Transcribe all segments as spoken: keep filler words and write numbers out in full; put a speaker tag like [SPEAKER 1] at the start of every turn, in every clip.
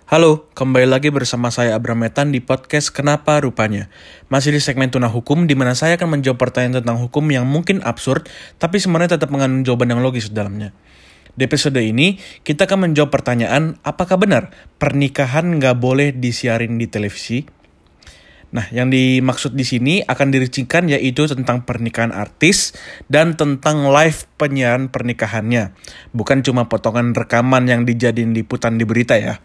[SPEAKER 1] Halo, kembali lagi bersama saya Abram Metan di podcast Kenapa Rupanya. Masih di segmen Tuna Hukum, di mana saya akan menjawab pertanyaan tentang hukum yang mungkin absurd, tapi sebenarnya tetap mengandung jawaban yang logis di dalamnya. Di episode ini, kita akan menjawab pertanyaan, apakah benar pernikahan nggak boleh disiarin di televisi? Nah, yang dimaksud di sini akan dirincikan yaitu tentang pernikahan artis dan tentang live penyiaran pernikahannya. Bukan cuma potongan rekaman yang dijadiin liputan di berita ya.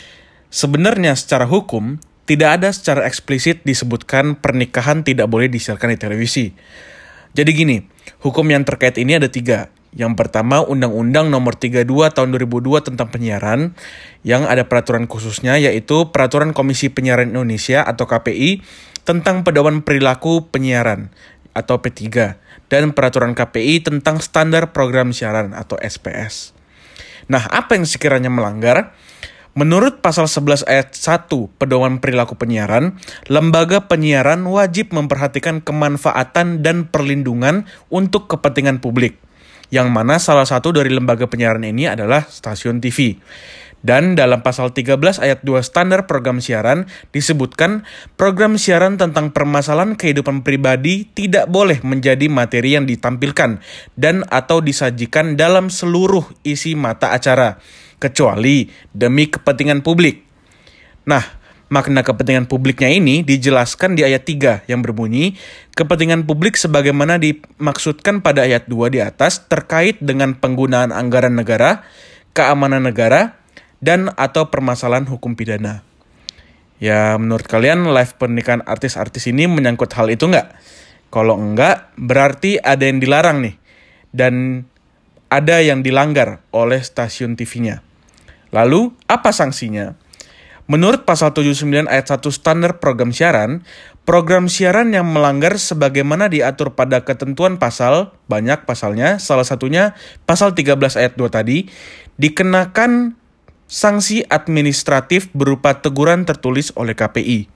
[SPEAKER 1] Sebenarnya secara hukum, tidak ada secara eksplisit disebutkan pernikahan tidak boleh disiarkan di televisi. Jadi gini, hukum yang terkait ini ada tiga. Yang pertama, Undang-Undang Nomor tiga puluh dua Tahun dua ribu dua tentang penyiaran, yang ada peraturan khususnya yaitu Peraturan Komisi Penyiaran Indonesia atau K P I tentang pedoman perilaku penyiaran atau P tiga, dan Peraturan K P I tentang Standar Program Siaran atau S P S. Nah, apa yang sekiranya melanggar? Menurut pasal sebelas ayat satu Pedoman Perilaku Penyiaran, lembaga penyiaran wajib memperhatikan kemanfaatan dan perlindungan untuk kepentingan publik, yang mana salah satu dari lembaga penyiaran ini adalah stasiun T V. Dan dalam pasal tiga belas ayat dua Standar Program Siaran disebutkan program siaran tentang permasalahan kehidupan pribadi tidak boleh menjadi materi yang ditampilkan dan atau disajikan dalam seluruh isi mata acara, kecuali demi kepentingan publik. Nah, makna kepentingan publiknya ini dijelaskan di ayat tiga yang berbunyi, kepentingan publik sebagaimana dimaksudkan pada ayat dua di atas terkait dengan penggunaan anggaran negara, keamanan negara, dan atau permasalahan hukum pidana. Ya, menurut kalian live pernikahan artis-artis ini menyangkut hal itu nggak? Kalau enggak, berarti ada yang dilarang nih. Dan ada yang dilanggar oleh stasiun T V-nya. Lalu, apa sanksinya? Menurut pasal tujuh puluh sembilan ayat satu Standar Program Siaran, program siaran yang melanggar sebagaimana diatur pada ketentuan pasal, banyak pasalnya, salah satunya pasal tiga belas ayat dua tadi, dikenakan sanksi administratif berupa teguran tertulis oleh K P I.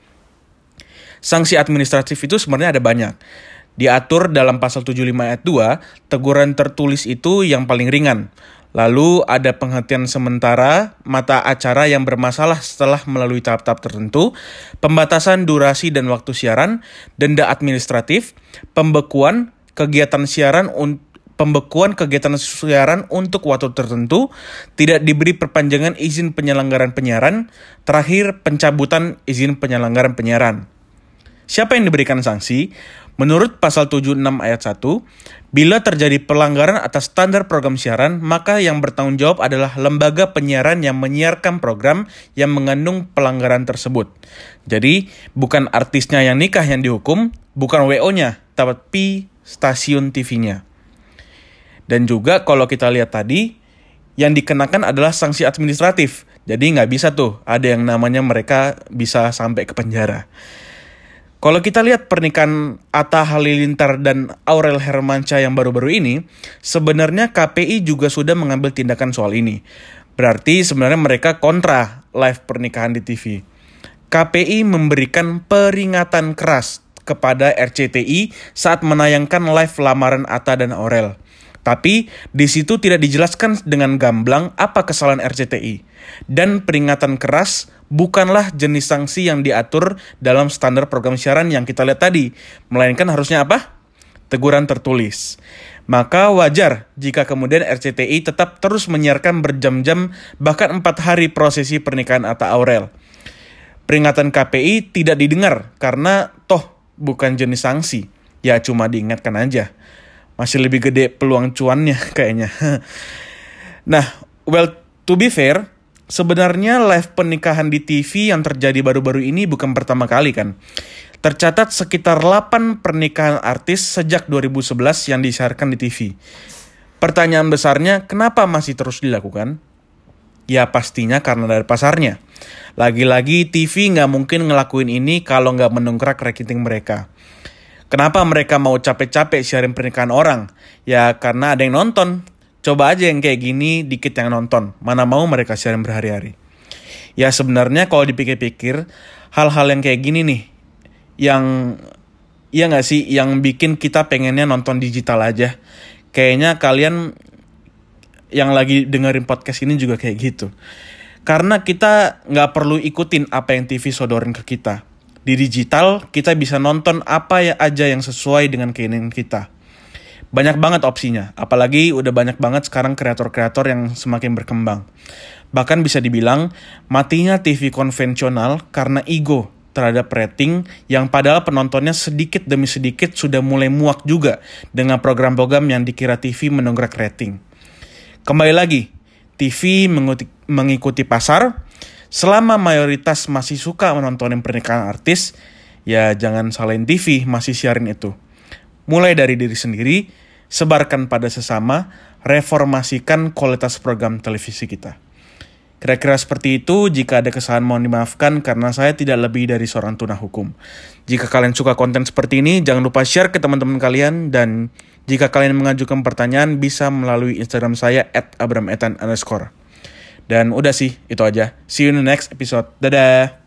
[SPEAKER 1] Sanksi administratif itu sebenarnya ada banyak. Diatur dalam pasal tujuh puluh lima ayat dua, teguran tertulis itu yang paling ringan. Lalu ada penghentian sementara mata acara yang bermasalah setelah melalui tahap-tahap tertentu, pembatasan durasi dan waktu siaran, denda administratif, pembekuan kegiatan siaran untuk pembekuan kegiatan siaran untuk waktu tertentu, tidak diberi perpanjangan izin penyelenggaraan penyiaran, terakhir pencabutan izin penyelenggaraan penyiaran. Siapa yang diberikan sanksi? Menurut pasal tujuh puluh enam ayat satu, bila terjadi pelanggaran atas standar program siaran, maka yang bertanggung jawab adalah lembaga penyiaran yang menyiarkan program yang mengandung pelanggaran tersebut. Jadi, bukan artisnya yang nikah yang dihukum, bukan W O-nya, tapi stasiun T V-nya. Dan juga kalau kita lihat tadi, yang dikenakan adalah sanksi administratif. Jadi nggak bisa tuh, ada yang namanya mereka bisa sampai ke penjara. Kalau kita lihat pernikahan Atta Halilintar dan Aurel Hermansyah yang baru-baru ini, sebenarnya K P I juga sudah mengambil tindakan soal ini. Berarti sebenarnya mereka kontra live pernikahan di T V. K P I memberikan peringatan keras kepada R C T I saat menayangkan live lamaran Atta dan Aurel. Tapi di situ tidak dijelaskan dengan gamblang apa kesalahan R C T I. Dan peringatan keras bukanlah jenis sanksi yang diatur dalam standar program siaran yang kita lihat tadi. Melainkan harusnya apa? Teguran tertulis. Maka wajar jika kemudian R C T I tetap terus menyiarkan berjam-jam bahkan empat hari prosesi pernikahan Atta Aurel. Peringatan K P I tidak didengar karena toh bukan jenis sanksi. Ya cuma diingatkan aja. Masih lebih gede peluang cuannya kayaknya. Nah, well, to be fair, sebenarnya live pernikahan di T V yang terjadi baru-baru ini bukan pertama kali kan. Tercatat sekitar delapan pernikahan artis sejak dua ribu sebelas yang disiarkan di T V. Pertanyaan besarnya, kenapa masih terus dilakukan? Ya pastinya karena dari pasarnya. Lagi-lagi T V nggak mungkin ngelakuin ini kalau nggak mendongkrak rating mereka. Kenapa mereka mau capek-capek siarin pernikahan orang? Ya karena ada yang nonton. Coba aja yang kayak gini dikit yang nonton. Mana mau mereka siarin berhari-hari. Ya sebenarnya kalau dipikir-pikir, hal-hal yang kayak gini nih, yang ya nggak sih, yang bikin kita pengennya nonton digital aja. Kayaknya kalian yang lagi dengerin podcast ini juga kayak gitu. Karena kita nggak perlu ikutin apa yang T V sodorin ke kita. Di digital, kita bisa nonton apa ya aja yang sesuai dengan keinginan kita. Banyak banget opsinya, apalagi udah banyak banget sekarang kreator-kreator yang semakin berkembang. Bahkan bisa dibilang, matinya T V konvensional karena ego terhadap rating yang padahal penontonnya sedikit demi sedikit sudah mulai muak juga dengan program-program yang dikira T V mendongkrak rating. Kembali lagi, T V mengikuti, mengikuti pasar. Selama mayoritas masih suka menontonin pernikahan artis, ya jangan salahin T V masih siarin itu. Mulai dari diri sendiri, sebarkan pada sesama, reformasikan kualitas program televisi kita. Kira-kira seperti itu. Jika ada kesalahan mohon dimaafkan karena saya tidak lebih dari seorang tuna hukum. Jika kalian suka konten seperti ini, jangan lupa share ke teman-teman kalian. Dan jika kalian mengajukan pertanyaan, bisa melalui Instagram saya at abrametan underscore. Dan udah sih, itu aja. See you in the next episode. Dadah!